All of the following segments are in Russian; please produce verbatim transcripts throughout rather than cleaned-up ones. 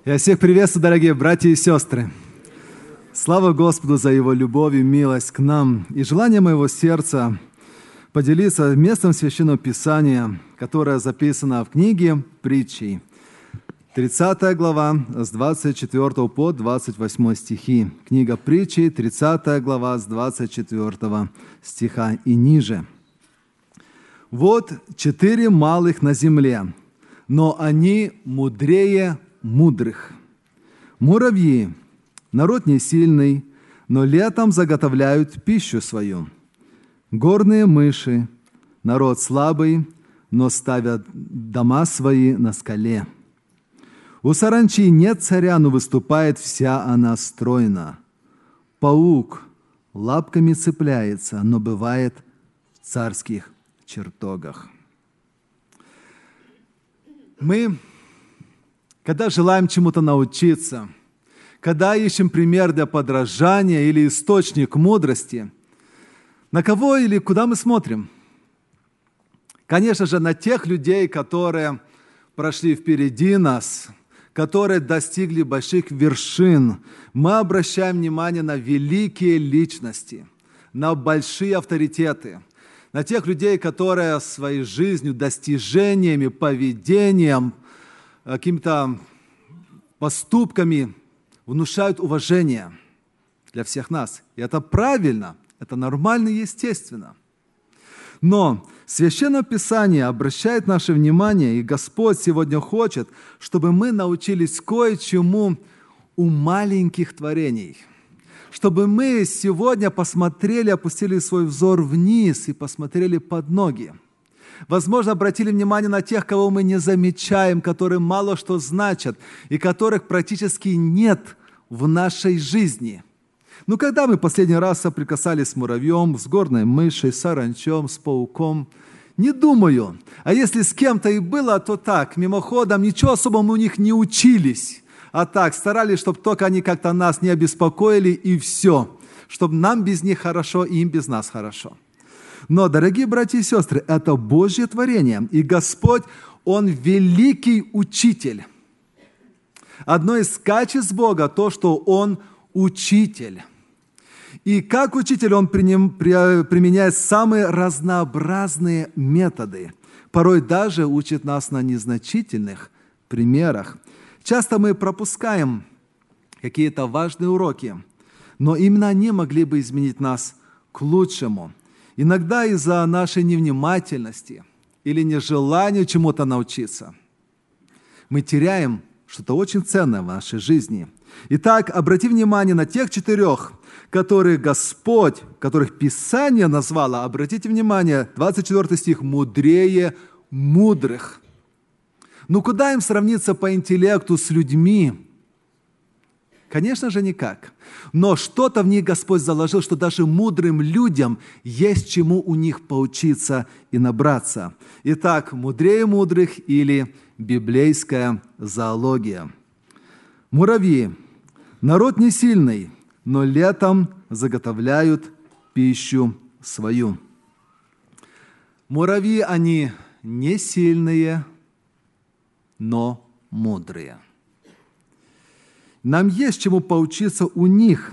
Я всех приветствую, дорогие братья и сестры. Слава Господу за Его любовь и милость к нам. И желание моего сердца поделиться местом Священного Писания, которое записано в книге Притчей. тридцатая глава, с двадцать четвёртого по двадцать восьмой стихи. Книга Притчей, тридцатая глава, с двадцать четвёртого стиха и ниже. «Вот четыре малых на земле, но они мудрее мудрых. Муравьи, народ не сильный, но летом заготовляют пищу свою. Горные мыши, народ слабый, но ставят дома свои на скале. У саранчи нет царя, но выступает вся она стройна. Паук лапками цепляется, но бывает в царских чертогах». Мы, когда желаем чему-то научиться, когда ищем пример для подражания или источник мудрости, на кого или куда мы смотрим? Конечно же, на тех людей, которые прошли впереди нас, которые достигли больших вершин. Мы обращаем внимание на великие личности, на большие авторитеты, на тех людей, которые своей жизнью, достижениями, поведением, какими-то поступками внушают уважение для всех нас. И это правильно, это нормально и естественно. Но Священное Писание обращает наше внимание, и Господь сегодня хочет, чтобы мы научились кое-чему у маленьких творений. Чтобы мы сегодня посмотрели, опустили свой взор вниз и посмотрели под ноги. Возможно, обратили внимание на тех, кого мы не замечаем, которые мало что значат и которых практически нет в нашей жизни. Ну, когда мы последний раз соприкасались с муравьем, с горной мышей, с саранчом, с пауком? Не думаю. А если с кем-то и было, то так, мимоходом, ничего особого мы у них не учились. А так, старались, чтобы только они как-то нас не обеспокоили, и все. Чтобы нам без них хорошо, и им без нас хорошо. Но, дорогие братья и сестры, это Божье творение. И Господь, Он великий учитель. Одно из качеств Бога то, что Он учитель. И как учитель Он применяет самые разнообразные методы. Порой даже учит нас на незначительных примерах. Часто мы пропускаем какие-то важные уроки, но именно они могли бы изменить нас к лучшему. Иногда из-за нашей невнимательности или нежелания чему-то научиться мы теряем что-то очень ценное в нашей жизни. Итак, обрати внимание на тех четырех, которых Господь, которых Писание назвало, обратите внимание, двадцать четвёртый стих, «мудрее мудрых». Ну куда им сравниться по интеллекту с людьми? Конечно же, никак. Но что-то в них Господь заложил, что даже мудрым людям есть чему у них поучиться и набраться. Итак, мудрее мудрых или библейская зоология. Муравьи. Народ не сильный, но летом заготовляют пищу свою. Муравьи, они не сильные, но мудрые. Нам есть чему поучиться у них.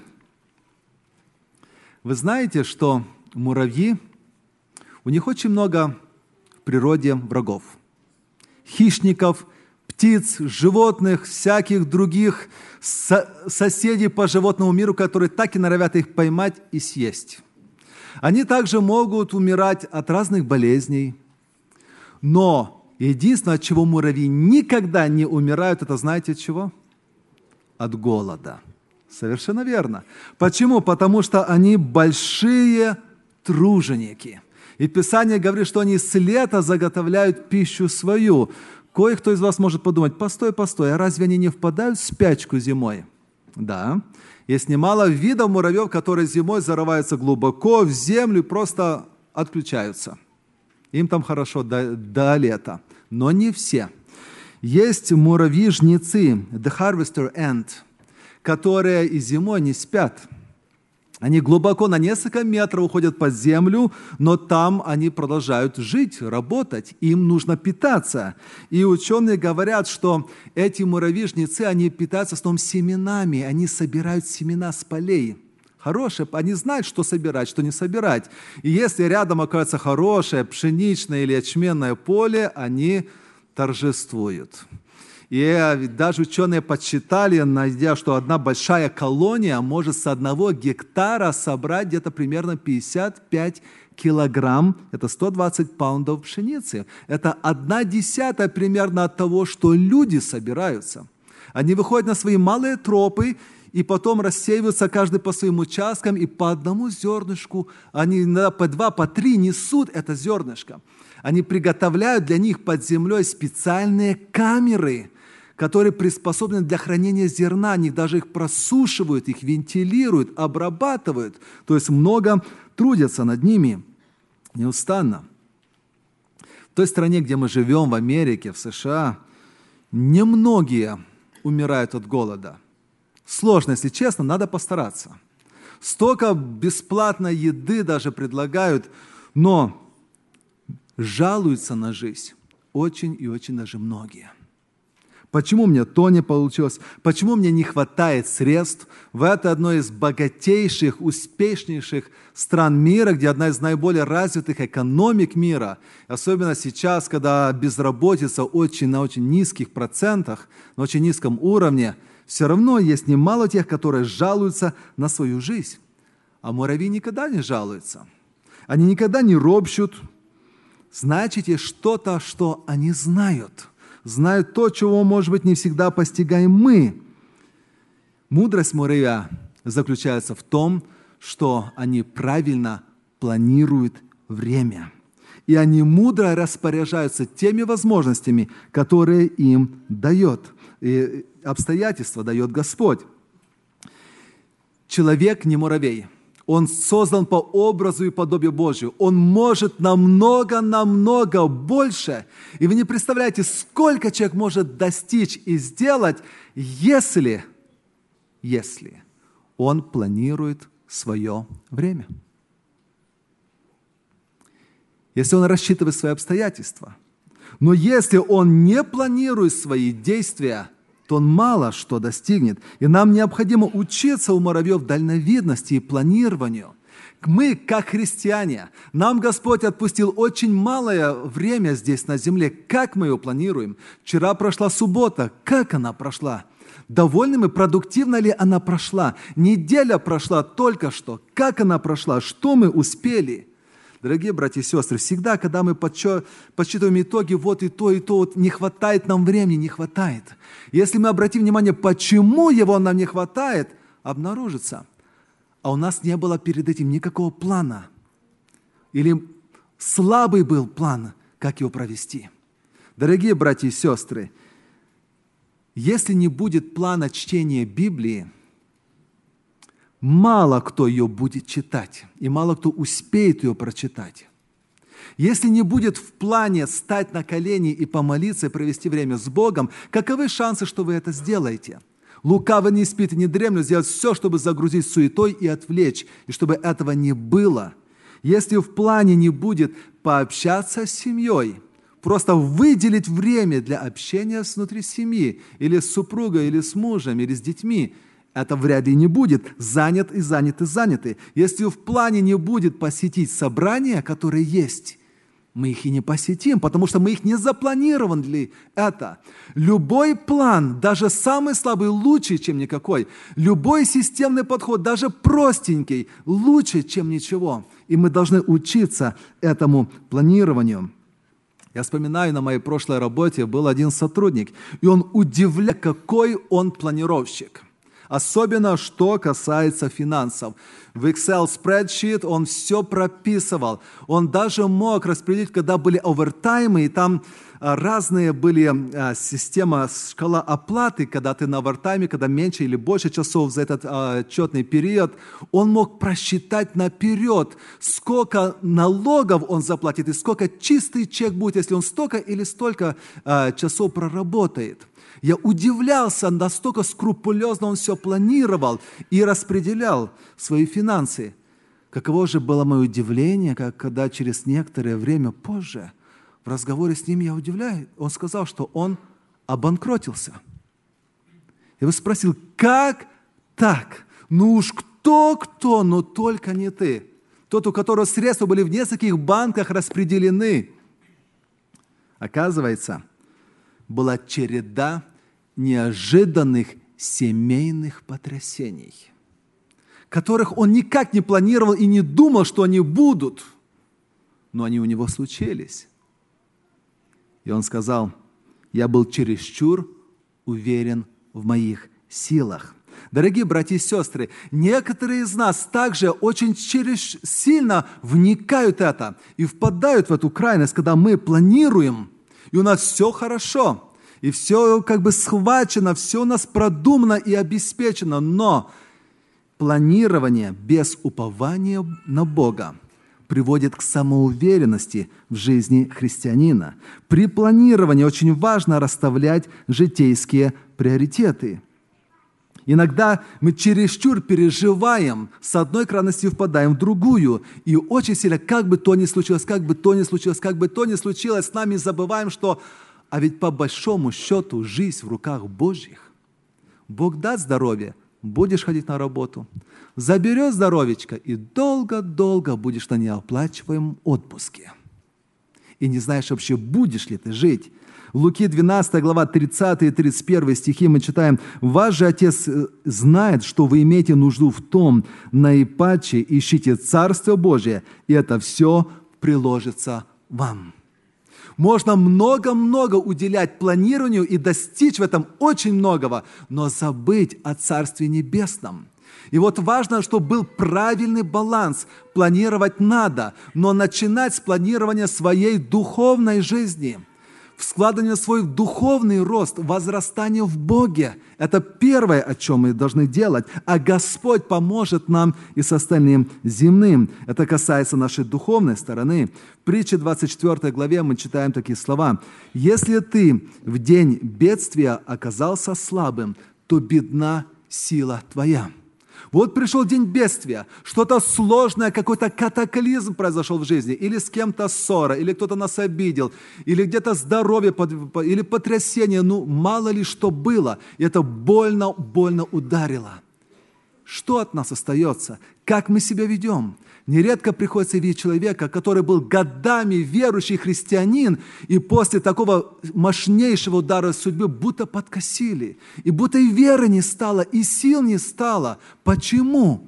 Вы знаете, что муравьи, у них очень много в природе врагов. Хищников, птиц, животных, всяких других со- соседей по животному миру, которые так и норовят их поймать и съесть. Они также могут умирать от разных болезней. Но единственное, от чего муравьи никогда не умирают, это знаете от чего? От голода. Совершенно верно. Почему? Потому что они большие труженики. И Писание говорит, что они с лета заготовляют пищу свою. Кое-кто из вас может подумать: постой, постой, а разве они не впадают в спячку зимой? Да. Есть немало видов муравьев, которые зимой зарываются глубоко в землю и просто отключаются. Им там хорошо до, до лета. Но не все. Есть муравьи-жнецы, the harvester ant, которые и зимой не спят. Они глубоко на несколько метров уходят под землю, но там они продолжают жить, работать, им нужно питаться. И ученые говорят, что эти муравьи-жнецы, они питаются в основном семенами, они собирают семена с полей. Хорошие, они знают, что собирать, что не собирать. И если рядом окажется хорошее пшеничное или ячменное поле, они торжествуют. И даже ученые подсчитали, найдя, что одна большая колония может с одного гектара собрать где-то примерно пятьдесят пять килограмм, это сто двадцать паундов пшеницы. Это одна десятая примерно от того, что люди собираются. Они выходят на свои малые тропы, и потом рассеиваются каждый по своим участкам, и по одному зернышку, они иногда по два, по три несут это зернышко. Они приготовляют для них под землей специальные камеры, которые приспособлены для хранения зерна. Они даже их просушивают, их вентилируют, обрабатывают. То есть много трудятся над ними неустанно. В той стране, где мы живем, в Америке, в США, немногие умирают от голода. Сложно, если честно, надо постараться. Столько бесплатной еды даже предлагают, но жалуются на жизнь очень и очень даже многие. Почему мне то не получилось? Почему мне не хватает средств? В это одной из богатейших, успешнейших стран мира, где одна из наиболее развитых экономик мира, особенно сейчас, когда безработица очень на очень низких процентах, на очень низком уровне, все равно есть немало тех, которые жалуются на свою жизнь. А муравьи никогда не жалуются. Они никогда не ропщут. Значит, есть что-то, что они знают. Знают то, чего, может быть, не всегда постигаем мы. Мудрость муравья заключается в том, что они правильно планируют время. И они мудро распоряжаются теми возможностями, которые им дает, и обстоятельства дает Господь. Человек не муравей. Он создан по образу и подобию Божию. Он может намного-намного больше. И вы не представляете, сколько человек может достичь и сделать, если, если он планирует свое время. Если он рассчитывает свои обстоятельства. Но если он не планирует свои действия, то он мало что достигнет. И нам необходимо учиться у муравьев дальновидности и планированию. Мы, как христиане, нам Господь отпустил очень малое время здесь на земле. Как мы его планируем? Вчера прошла суббота. Как она прошла? Довольны мы, продуктивно ли она прошла? Неделя прошла только что. Как она прошла? Что мы успели? Дорогие братья и сестры, всегда, когда мы подсчитываем итоги, вот и то, и то, вот не хватает нам времени, не хватает. Если мы обратим внимание, почему его нам не хватает, обнаружится. А у нас не было перед этим никакого плана. Или слабый был план, как его провести. Дорогие братья и сестры, если не будет плана чтения Библии, мало кто ее будет читать, и мало кто успеет ее прочитать. Если не будет в плане стать на колени и помолиться, и провести время с Богом, каковы шансы, что вы это сделаете? Лукавый не спит и не дремлет, сделать все, чтобы загрузить суетой и отвлечь, и чтобы этого не было. Если в плане не будет пообщаться с семьей, просто выделить время для общения внутри семьи, или с супругой, или с мужем, или с детьми, это вряд ли не будет. Занят и занят и заняты. Если в плане не будет посетить собрания, которые есть, мы их и не посетим, потому что мы их не запланировали это. Любой план, даже самый слабый, лучше, чем никакой. Любой системный подход, даже простенький, лучше, чем ничего. И мы должны учиться этому планированию. Я вспоминаю, на моей прошлой работе был один сотрудник, и он удивлял, какой он планировщик. Особенно, что касается финансов. В Excel spreadsheet он все прописывал. Он даже мог распределить, когда были овертаймы, и там разные были система, шкала оплаты, когда ты на овертайме, когда меньше или больше часов за этот отчетный период. Он мог просчитать наперед, сколько налогов он заплатит, и сколько чистый чек будет, если он столько или столько часов проработает. Я удивлялся, настолько скрупулезно он все планировал и распределял свои финансы. Каково же было мое удивление, как, когда через некоторое время позже в разговоре с ним я удивляюсь, он сказал, что он обанкротился. Я его спросил, как так? Ну уж кто-кто, но только не ты. Тот, у которого средства были в нескольких банках распределены. Оказывается, была череда неожиданных семейных потрясений, которых он никак не планировал и не думал, что они будут, но они у него случились. И он сказал, я был чересчур уверен в моих силах. Дорогие братья и сестры, некоторые из нас также очень через сильно вникают в это и впадают в эту крайность, когда мы планируем, и у нас все хорошо, и все как бы схвачено, все у нас продумано и обеспечено, но планирование без упования на Бога приводит к самоуверенности в жизни христианина. При планировании очень важно расставлять житейские приоритеты. Иногда мы чересчур переживаем, с одной крайности впадаем в другую, и очень сильно, как бы то ни случилось, как бы то ни случилось, как бы то ни случилось, с нами забываем, что, а ведь по большому счету жизнь в руках Божьих. Бог даст здоровье, будешь ходить на работу, заберет здоровечко, и долго-долго будешь на неоплачиваемом отпуске. И не знаешь вообще, будешь ли ты жить. В Луки двенадцатая глава тридцатый и тридцать первый стихи мы читаем: «Ваш же Отец знает, что вы имеете нужду в том, наипаче ищите Царство Божие, и это все приложится вам». Можно много-много уделять планированию и достичь в этом очень многого, но забыть о Царстве Небесном. И вот важно, чтобы был правильный баланс. Планировать надо, но начинать с планирования своей духовной жизни. Складывание свой духовный рост, возрастание в Боге. Это первое, о чем мы должны делать. А Господь поможет нам и с остальным земным. Это касается нашей духовной стороны. В притче двадцать четвёртой главе мы читаем такие слова. «Если ты в день бедствия оказался слабым, то бедна сила твоя». Вот пришел день бедствия, что-то сложное, какой-то катаклизм произошел в жизни, или с кем-то ссора, или кто-то нас обидел, или где-то здоровье, или потрясение, ну мало ли что было, и это больно, больно ударило. Что от нас остается? Как мы себя ведем? Нередко приходится видеть человека, который был годами верующий христианин, и после такого мощнейшего удара судьбы будто подкосили, и будто и веры не стало, и сил не стало. Почему?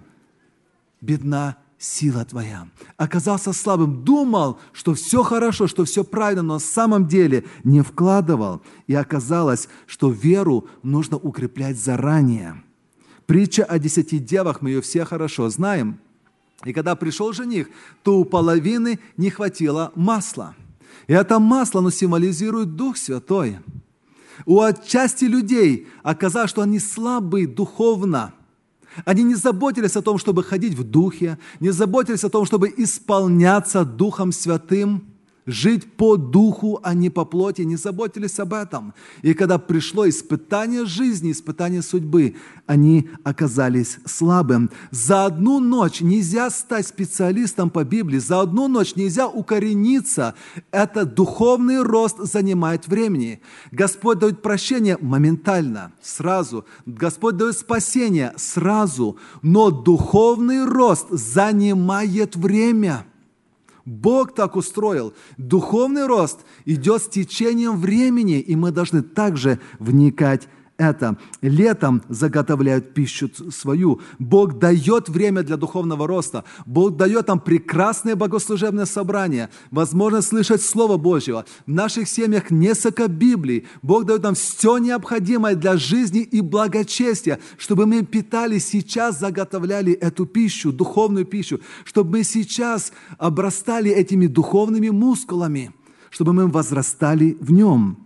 Бедна сила твоя. Оказался слабым, думал, что все хорошо, что все правильно, но на самом деле не вкладывал. И оказалось, что веру нужно укреплять заранее. Притча о десяти девах, мы ее все хорошо знаем. И когда пришел жених, то у половины не хватило масла. И это масло, оно символизирует Дух Святой. У отчасти людей оказалось, что они слабы духовно. Они не заботились о том, чтобы ходить в Духе, не заботились о том, чтобы исполняться Духом Святым, жить по Духу, а не по плоти, не заботились об этом. И когда пришло испытание жизни, испытание судьбы, они оказались слабым. За одну ночь нельзя стать специалистом по Библии, за одну ночь нельзя укорениться. Это духовный рост занимает времени. Господь дает прощение моментально, сразу. Господь дает спасение сразу. Но духовный рост занимает время. Бог так устроил. Духовный рост идет с течением времени, и мы должны также вникать в это. Летом заготовляют пищу свою. Бог дает время для духовного роста. Бог дает нам прекрасное богослужебное собрание, возможность слышать Слово Божьего. В наших семьях несколько Библий. Бог дает нам все необходимое для жизни и благочестия, чтобы мы питали сейчас, заготовляли эту пищу, духовную пищу, чтобы мы сейчас обрастали этими духовными мускулами, чтобы мы возрастали в нем.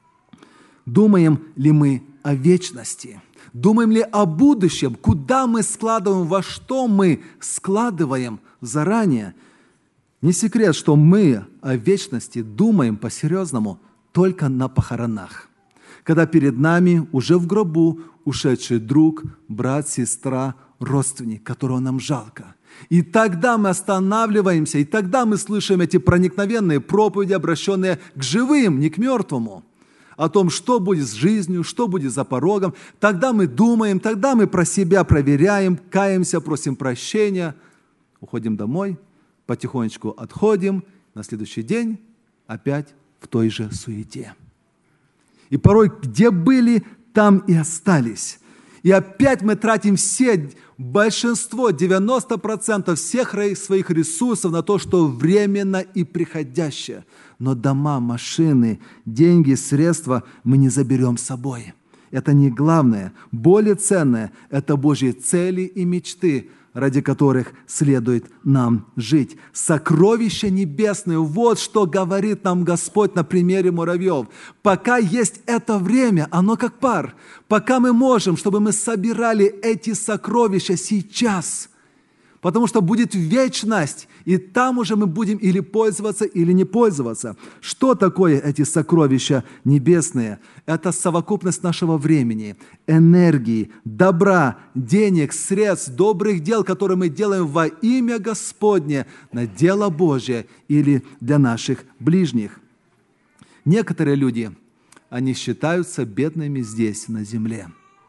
Думаем ли мы о вечности? Думаем ли о будущем? Куда мы складываем, во что мы складываем заранее? Не секрет, что мы о вечности думаем по-серьезному только на похоронах. когда перед нами уже в гробу ушедший друг, брат, сестра, родственник, которого нам жалко. И тогда мы останавливаемся, и тогда мы слышим эти проникновенные проповеди, обращенные к живым, не к мертвому, о том, что будет с жизнью, что будет за порогом. Тогда мы думаем, тогда мы про себя проверяем, каемся, просим прощения, уходим домой, потихонечку отходим, на следующий день опять в той же суете. И порой, где были, там и остались. И опять мы тратим все, большинство, девяносто процентов всех своих ресурсов на то, что временно и приходящее. Но дома, машины, деньги, средства мы не заберем с собой. Это не главное. Более ценное – это Божьи цели и мечты, ради которых следует нам жить. Сокровища небесные, вот что говорит нам Господь на примере муравьев. Пока есть это время, оно как пар. Пока мы можем, чтобы мы собирали эти сокровища сейчас. Потому что будет вечность, и там уже мы будем или пользоваться, или не пользоваться. Что такое эти сокровища небесные? Это совокупность нашего времени, энергии, добра, денег, средств, добрых дел, которые мы делаем во имя Господне, на дело Божье или для наших ближних. Некоторые люди, они считаются бедными здесь, на земле.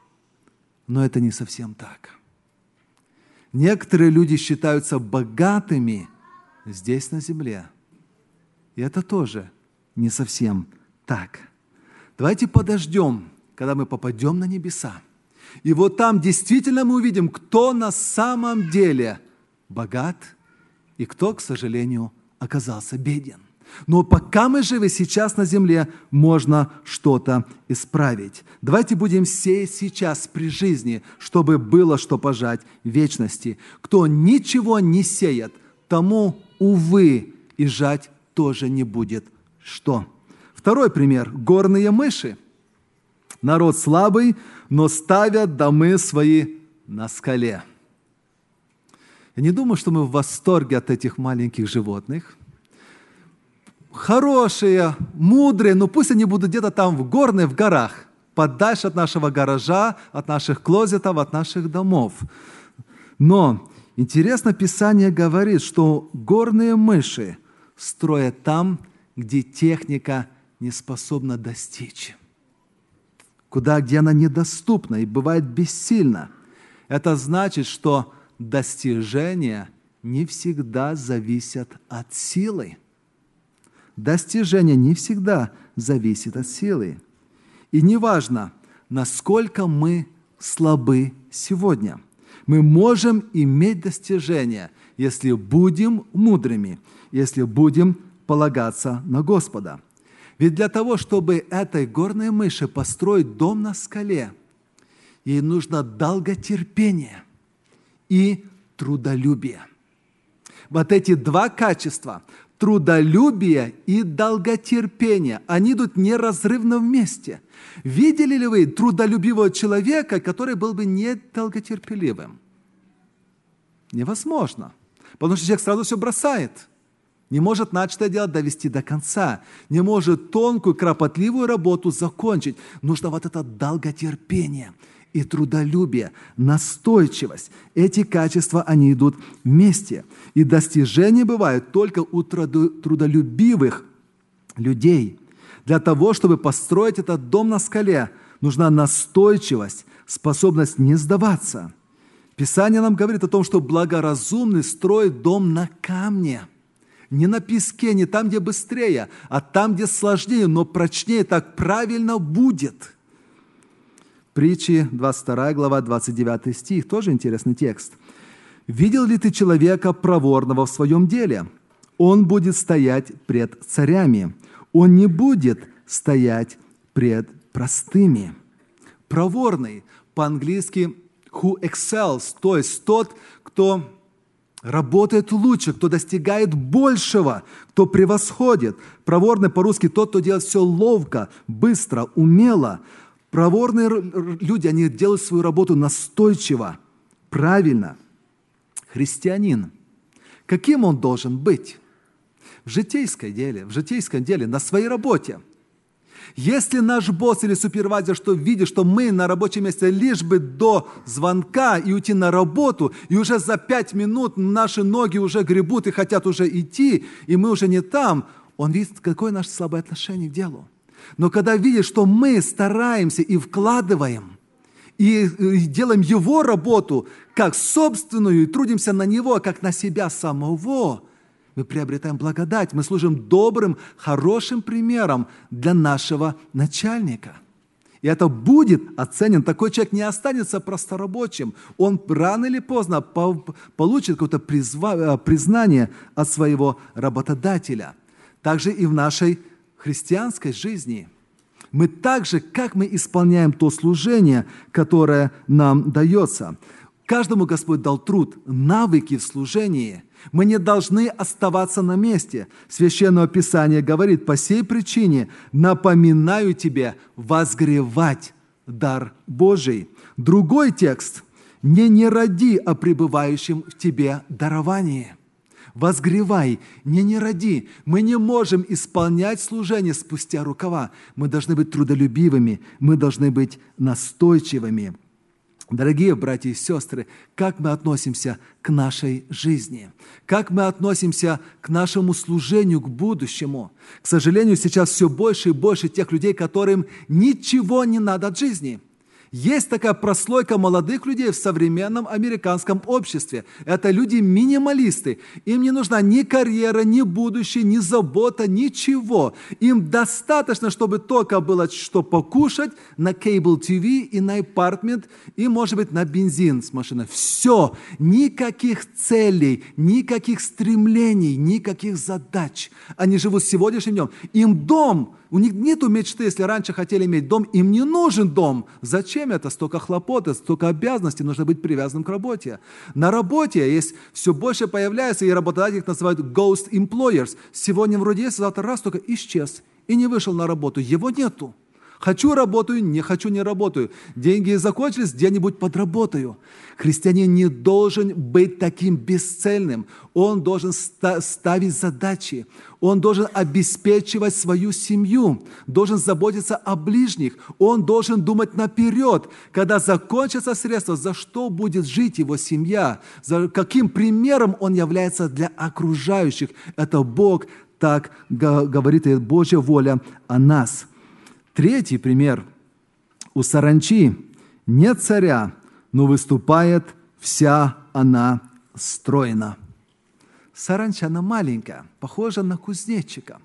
Но это не совсем так. Некоторые люди считаются богатыми здесь, на земле. И это тоже не совсем так. Давайте подождем, когда мы попадем на небеса. И вот там действительно мы увидим, кто на самом деле богат и кто, к сожалению, оказался беден. Но пока мы живы сейчас на земле, можно что-то исправить. Давайте будем сеять сейчас при жизни, чтобы было что пожать в вечности. Кто ничего не сеет, тому, увы, и жать тоже не будет что. Второй пример. Горные мыши. Народ слабый, но ставят домы свои на скале. Я не думаю, что мы в восторге от этих маленьких животных. Хорошие, мудрые, но пусть они будут где-то там в горных, в горах, подальше от нашего гаража, от наших клозетов, от наших домов. Но интересно, Писание говорит, что горные мыши строят там, где техника не способна достичь. Куда, где она недоступна и бывает бессильна. Это значит, что достижения не всегда зависят от силы. Достижение не всегда зависит от силы. И неважно, насколько мы слабы сегодня. Мы можем иметь достижения, если будем мудрыми, если будем полагаться на Господа. Ведь для того, чтобы этой горной мыши построить дом на скале, ей нужно долготерпение и трудолюбие. Вот эти два качества – трудолюбие и долготерпение. Они идут неразрывно вместе. Видели ли вы трудолюбивого человека, который был бы не долготерпеливым? Невозможно. Потому что человек сразу все бросает. Не может начатое дело довести до конца. Не может тонкую, кропотливую работу закончить. Нужно вот это долготерпение и трудолюбие, настойчивость. Эти качества, они идут вместе. И достижения бывают только у трудолюбивых людей. Для того, чтобы построить этот дом на скале, нужна настойчивость, способность не сдаваться. Писание нам говорит о том, что благоразумный строит дом на камне. Не на песке, не там, где быстрее, а там, где сложнее, но прочнее, так правильно будет. Притчи, двадцать вторая глава, двадцать девятый стих, тоже интересный текст. «Видел ли ты человека проворного в своем деле? Он будет стоять пред царями, он не будет стоять пред простыми». Проворный, по-английски who excels, то есть тот, кто работает лучше, кто достигает большего, кто превосходит. Проворный по-русски тот, кто делает все ловко, быстро, умело. Проворные люди, они делают свою работу настойчиво, правильно. Христианин, каким он должен быть? В житейском деле, в житейском деле, на своей работе. Если наш босс или супервайзер что видит, что мы на рабочем месте лишь бы до звонка и уйти на работу, и уже за пять минут наши ноги уже гребут и хотят уже идти, и мы уже не там, он видит, какое наше слабое отношение к делу. Но когда видит, что мы стараемся и вкладываем, и делаем его работу как собственную, и трудимся на него, как на себя самого, мы приобретаем благодать, мы служим добрым, хорошим примером для нашего начальника. И это будет оценен. Такой человек не останется просто рабочим. Он рано или поздно получит какое-то признание от своего работодателя. Также и в нашей христианской жизни. Мы так же, как мы исполняем то служение, которое нам дается. Каждому Господь дал труд, навыки в служении. Мы не должны оставаться на месте. Священное Писание говорит: по сей причине напоминаю тебе возгревать дар Божий. Другой текст: не не ради о пребывающем в тебе даровании. Возгревай, не не ради. Мы не можем исполнять служение спустя рукава. Мы должны быть трудолюбивыми, мы должны быть настойчивыми. Дорогие братья и сестры, как мы относимся к нашей жизни? Как мы относимся к нашему служению, к будущему? К сожалению, сейчас все больше и больше тех людей, которым ничего не надо от жизни. Есть такая прослойка молодых людей в современном американском обществе. Это люди-минималисты. Им не нужна ни карьера, ни будущее, ни забота, ничего. Им достаточно, чтобы только было что покушать на Cable ти ви и на апартмент, и, может быть, на бензин с машиной. Все. Никаких целей, никаких стремлений, никаких задач. Они живут сегодняшним днем. Им дом. У них нет мечты, если раньше хотели иметь дом, им не нужен дом. Зачем это? Столько хлопот, столько обязанностей, нужно быть привязанным к работе. На работе есть все больше появляется, и работодатели их называют ghost employers. Сегодня вроде есть, завтра раз только исчез и не вышел на работу. Его нету. Хочу – работаю, не хочу – не работаю. Деньги закончились, где-нибудь подработаю. Христианин не должен быть таким бесцельным. Он должен ста- ставить задачи. Он должен обеспечивать свою семью. Должен заботиться о ближних. Он должен думать наперед. Когда закончатся средства, за что будет жить его семья? За каким примером он является для окружающих? Это Бог так говорит, и Божья воля о нас. Третий пример. У саранчи нет царя, но выступает вся она стройна. Саранча, она маленькая, похожа на кузнечика.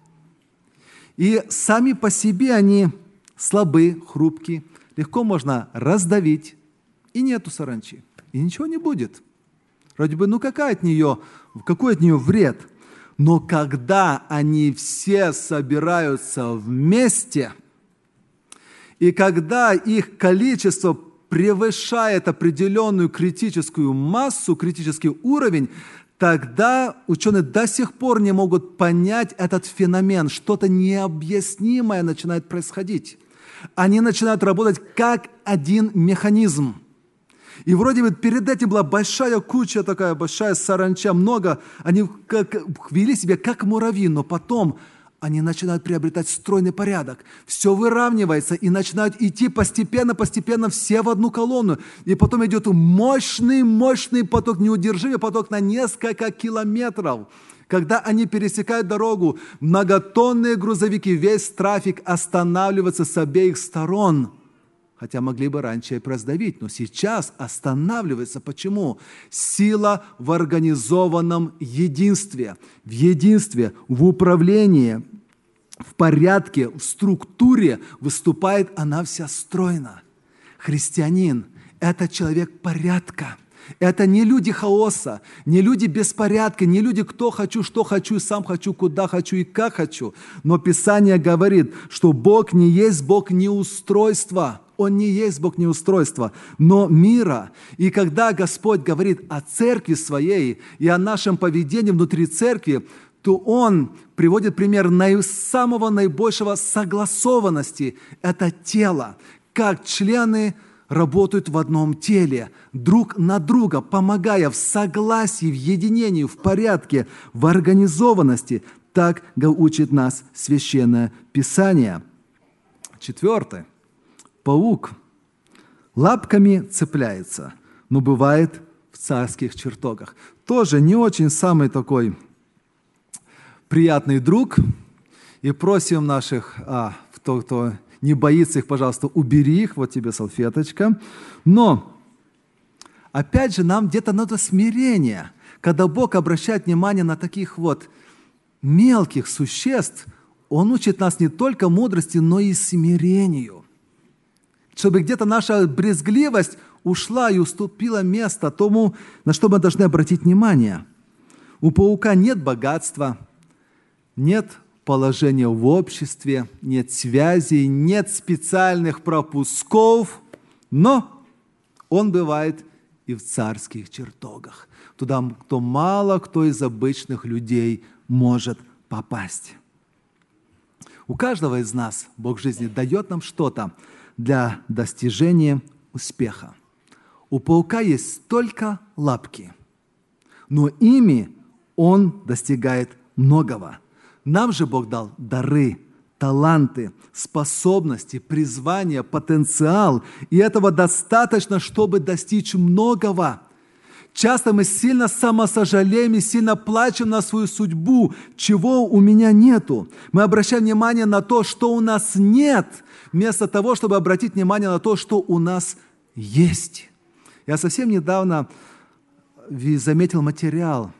И сами по себе они слабы, хрупкие. Легко можно раздавить, и нету саранчи. И ничего не будет. Вроде бы, ну какая от нее, какой от нее вред? Но когда они все собираются вместе, и когда их количество превышает определенную критическую массу, критический уровень, тогда ученые до сих пор не могут понять этот феномен. Что-то необъяснимое начинает происходить. Они начинают работать как один механизм. И вроде бы перед этим была большая куча, такая большая саранча, много. Они как, вели себя как муравьи, но потом они начинают приобретать стройный порядок. Все выравнивается и начинают идти постепенно, постепенно все в одну колонну. И потом идет мощный, мощный поток, неудержимый поток на несколько километров. Когда они пересекают дорогу, многотонные грузовики, весь трафик останавливается с обеих сторон. Хотя могли бы раньше и раздавить, но сейчас останавливается. Почему? Сила в организованном единстве, в единстве, в управлении, в порядке, в структуре выступает она вся стройно. Христианин – это человек порядка. Это не люди хаоса, не люди беспорядка, не люди кто хочу, что хочу, сам хочу, куда хочу и как хочу. Но Писание говорит, что Бог не есть Бог неустройства. Он не есть Бог неустройства, но мира. И когда Господь говорит о церкви своей и о нашем поведении внутри церкви, то Он приводит пример наи- самого наибольшего согласованности. Это тело, как члены работают в одном теле, друг на друга, помогая в согласии, в единении, в порядке, в организованности. Так учит нас Священное Писание. четвертый. Паук лапками цепляется, но бывает в царских чертогах. Тоже не очень самый такой приятный друг. И просим наших, а, кто, кто не боится их, пожалуйста, убери их, вот тебе салфеточка. Но, опять же, нам где-то надо смирение. Когда Бог обращает внимание на таких вот мелких существ, Он учит нас не только мудрости, но и смирению. Чтобы где-то наша брезгливость ушла и уступила место тому, на что мы должны обратить внимание. У паука нет богатства, нет положения в обществе, нет связей, нет специальных пропусков, но он бывает и в царских чертогах, туда, кто мало кто из обычных людей может попасть. У каждого из нас Бог жизни дает нам что-то для достижения успеха. У паука есть только лапки, но ими он достигает многого. Нам же Бог дал дары, таланты, способности, призвание, потенциал. И этого достаточно, чтобы достичь многого. Часто мы сильно самосожалеем и сильно плачем на свою судьбу, чего у меня нету. Мы обращаем внимание на то, что у нас нет, вместо того, чтобы обратить внимание на то, что у нас есть. Я совсем недавно заметил материал,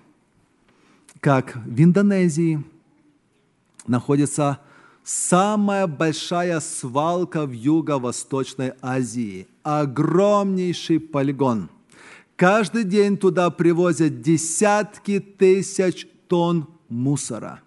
как в Индонезии находится самая большая свалка в Юго-Восточной Азии. Огромнейший полигон. Каждый день туда привозят десятки тысяч тонн мусора.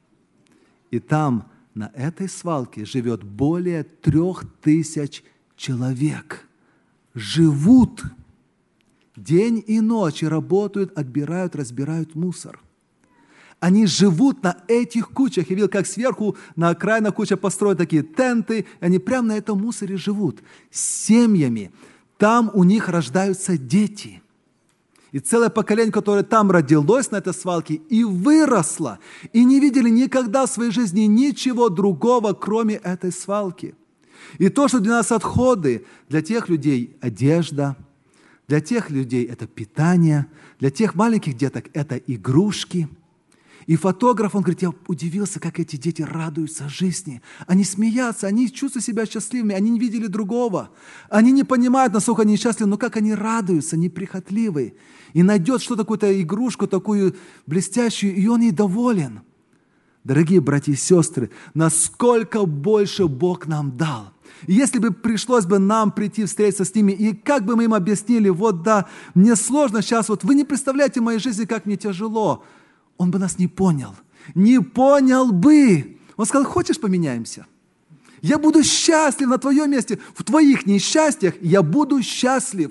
И там, на этой свалке, живет более трех тысяч человек. Живут день и ночь, и работают, отбирают, разбирают мусор. Они живут на этих кучах. Я видел, как сверху на окраинах куча построят такие тенты, и они прямо на этом мусоре живут. С семьями. Там у них рождаются дети. И целое поколение, которое там родилось на этой свалке и выросло, и не видели никогда в своей жизни ничего другого, кроме этой свалки. И то, что для нас отходы, для тех людей одежда, для тех людей это питание, для тех маленьких деток это игрушки. И фотограф, он говорит, я удивился, как эти дети радуются жизни. Они смеются, они чувствуют себя счастливыми, они не видели другого. Они не понимают, насколько они счастливы, но как они радуются, неприхотливые. И найдет что-то, какую-то игрушку такую блестящую, и он ей доволен. Дорогие братья и сестры, насколько больше Бог нам дал. И если бы пришлось бы нам прийти встретиться с ними, и как бы мы им объяснили, вот да, мне сложно сейчас, вот вы не представляете моей жизни, как мне тяжело. Он бы нас не понял. Не понял бы. Он сказал, хочешь, поменяемся? Я буду счастлив на твоем месте. В твоих несчастьях я буду счастлив.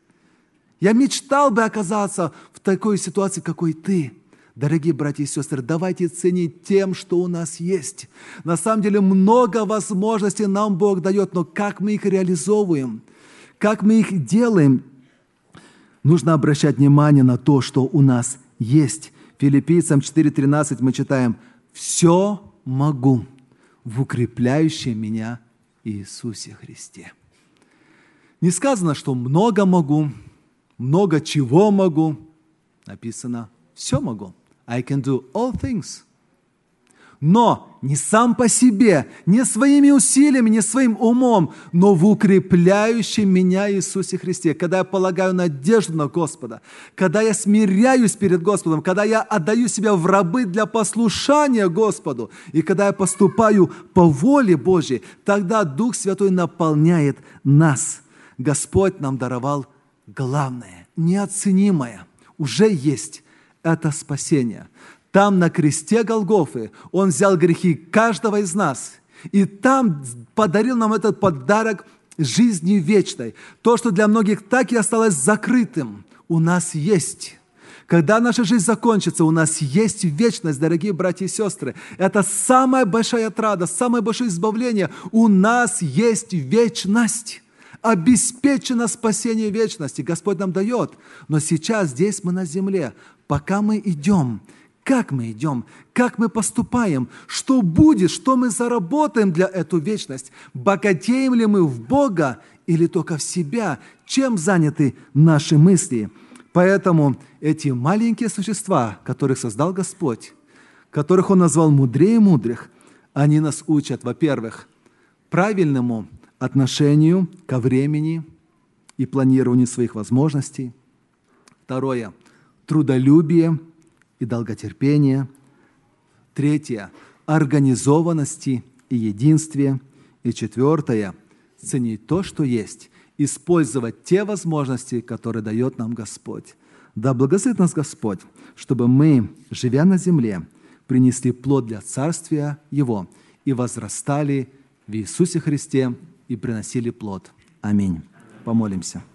Я мечтал бы оказаться в такой ситуации, какой ты. Дорогие братья и сестры, давайте ценить тем, что у нас есть. На самом деле много возможностей нам Бог дает, но как мы их реализовываем, как мы их делаем, нужно обращать внимание на то, что у нас есть. Филиппийцам четыре тринадцать мы читаем: «Все могу в укрепляющем меня Иисусе Христе». Не сказано, что много могу, много чего могу. Написано «все могу». I can do all things. Но не сам по себе, не своими усилиями, не своим умом, но в укрепляющем меня Иисусе Христе. Когда я полагаю надежду на Господа, когда я смиряюсь перед Господом, когда я отдаю себя в рабы для послушания Господу, и когда я поступаю по воле Божьей, тогда Дух Святой наполняет нас. Господь нам даровал главное, неоценимое, уже есть это спасение. Там, на кресте Голгофы, Он взял грехи каждого из нас. И там подарил нам этот подарок жизни вечной. То, что для многих так и осталось закрытым, у нас есть. Когда наша жизнь закончится, у нас есть вечность, дорогие братья и сестры. Это самая большая отрада, самое большое избавление. У нас есть вечность. Обеспечено спасение вечности. Господь нам дает. Но сейчас, здесь мы на земле, пока мы идем, Как мы идем? Как мы поступаем? Что будет? Что мы заработаем для эту вечность? Богатеем ли мы в Бога или только в себя? Чем заняты наши мысли? Поэтому эти маленькие существа, которых создал Господь, которых Он назвал мудрее мудрых, они нас учат, во-первых, правильному отношению ко времени и планированию своих возможностей. Второе – трудолюбие и долготерпение. Третье – организованности и единстве. И четвертое – ценить то, что есть, использовать те возможности, которые дает нам Господь. Да благословит нас Господь, чтобы мы, живя на земле, принесли плод для Царствия Его и возрастали в Иисусе Христе и приносили плод. Аминь. Помолимся.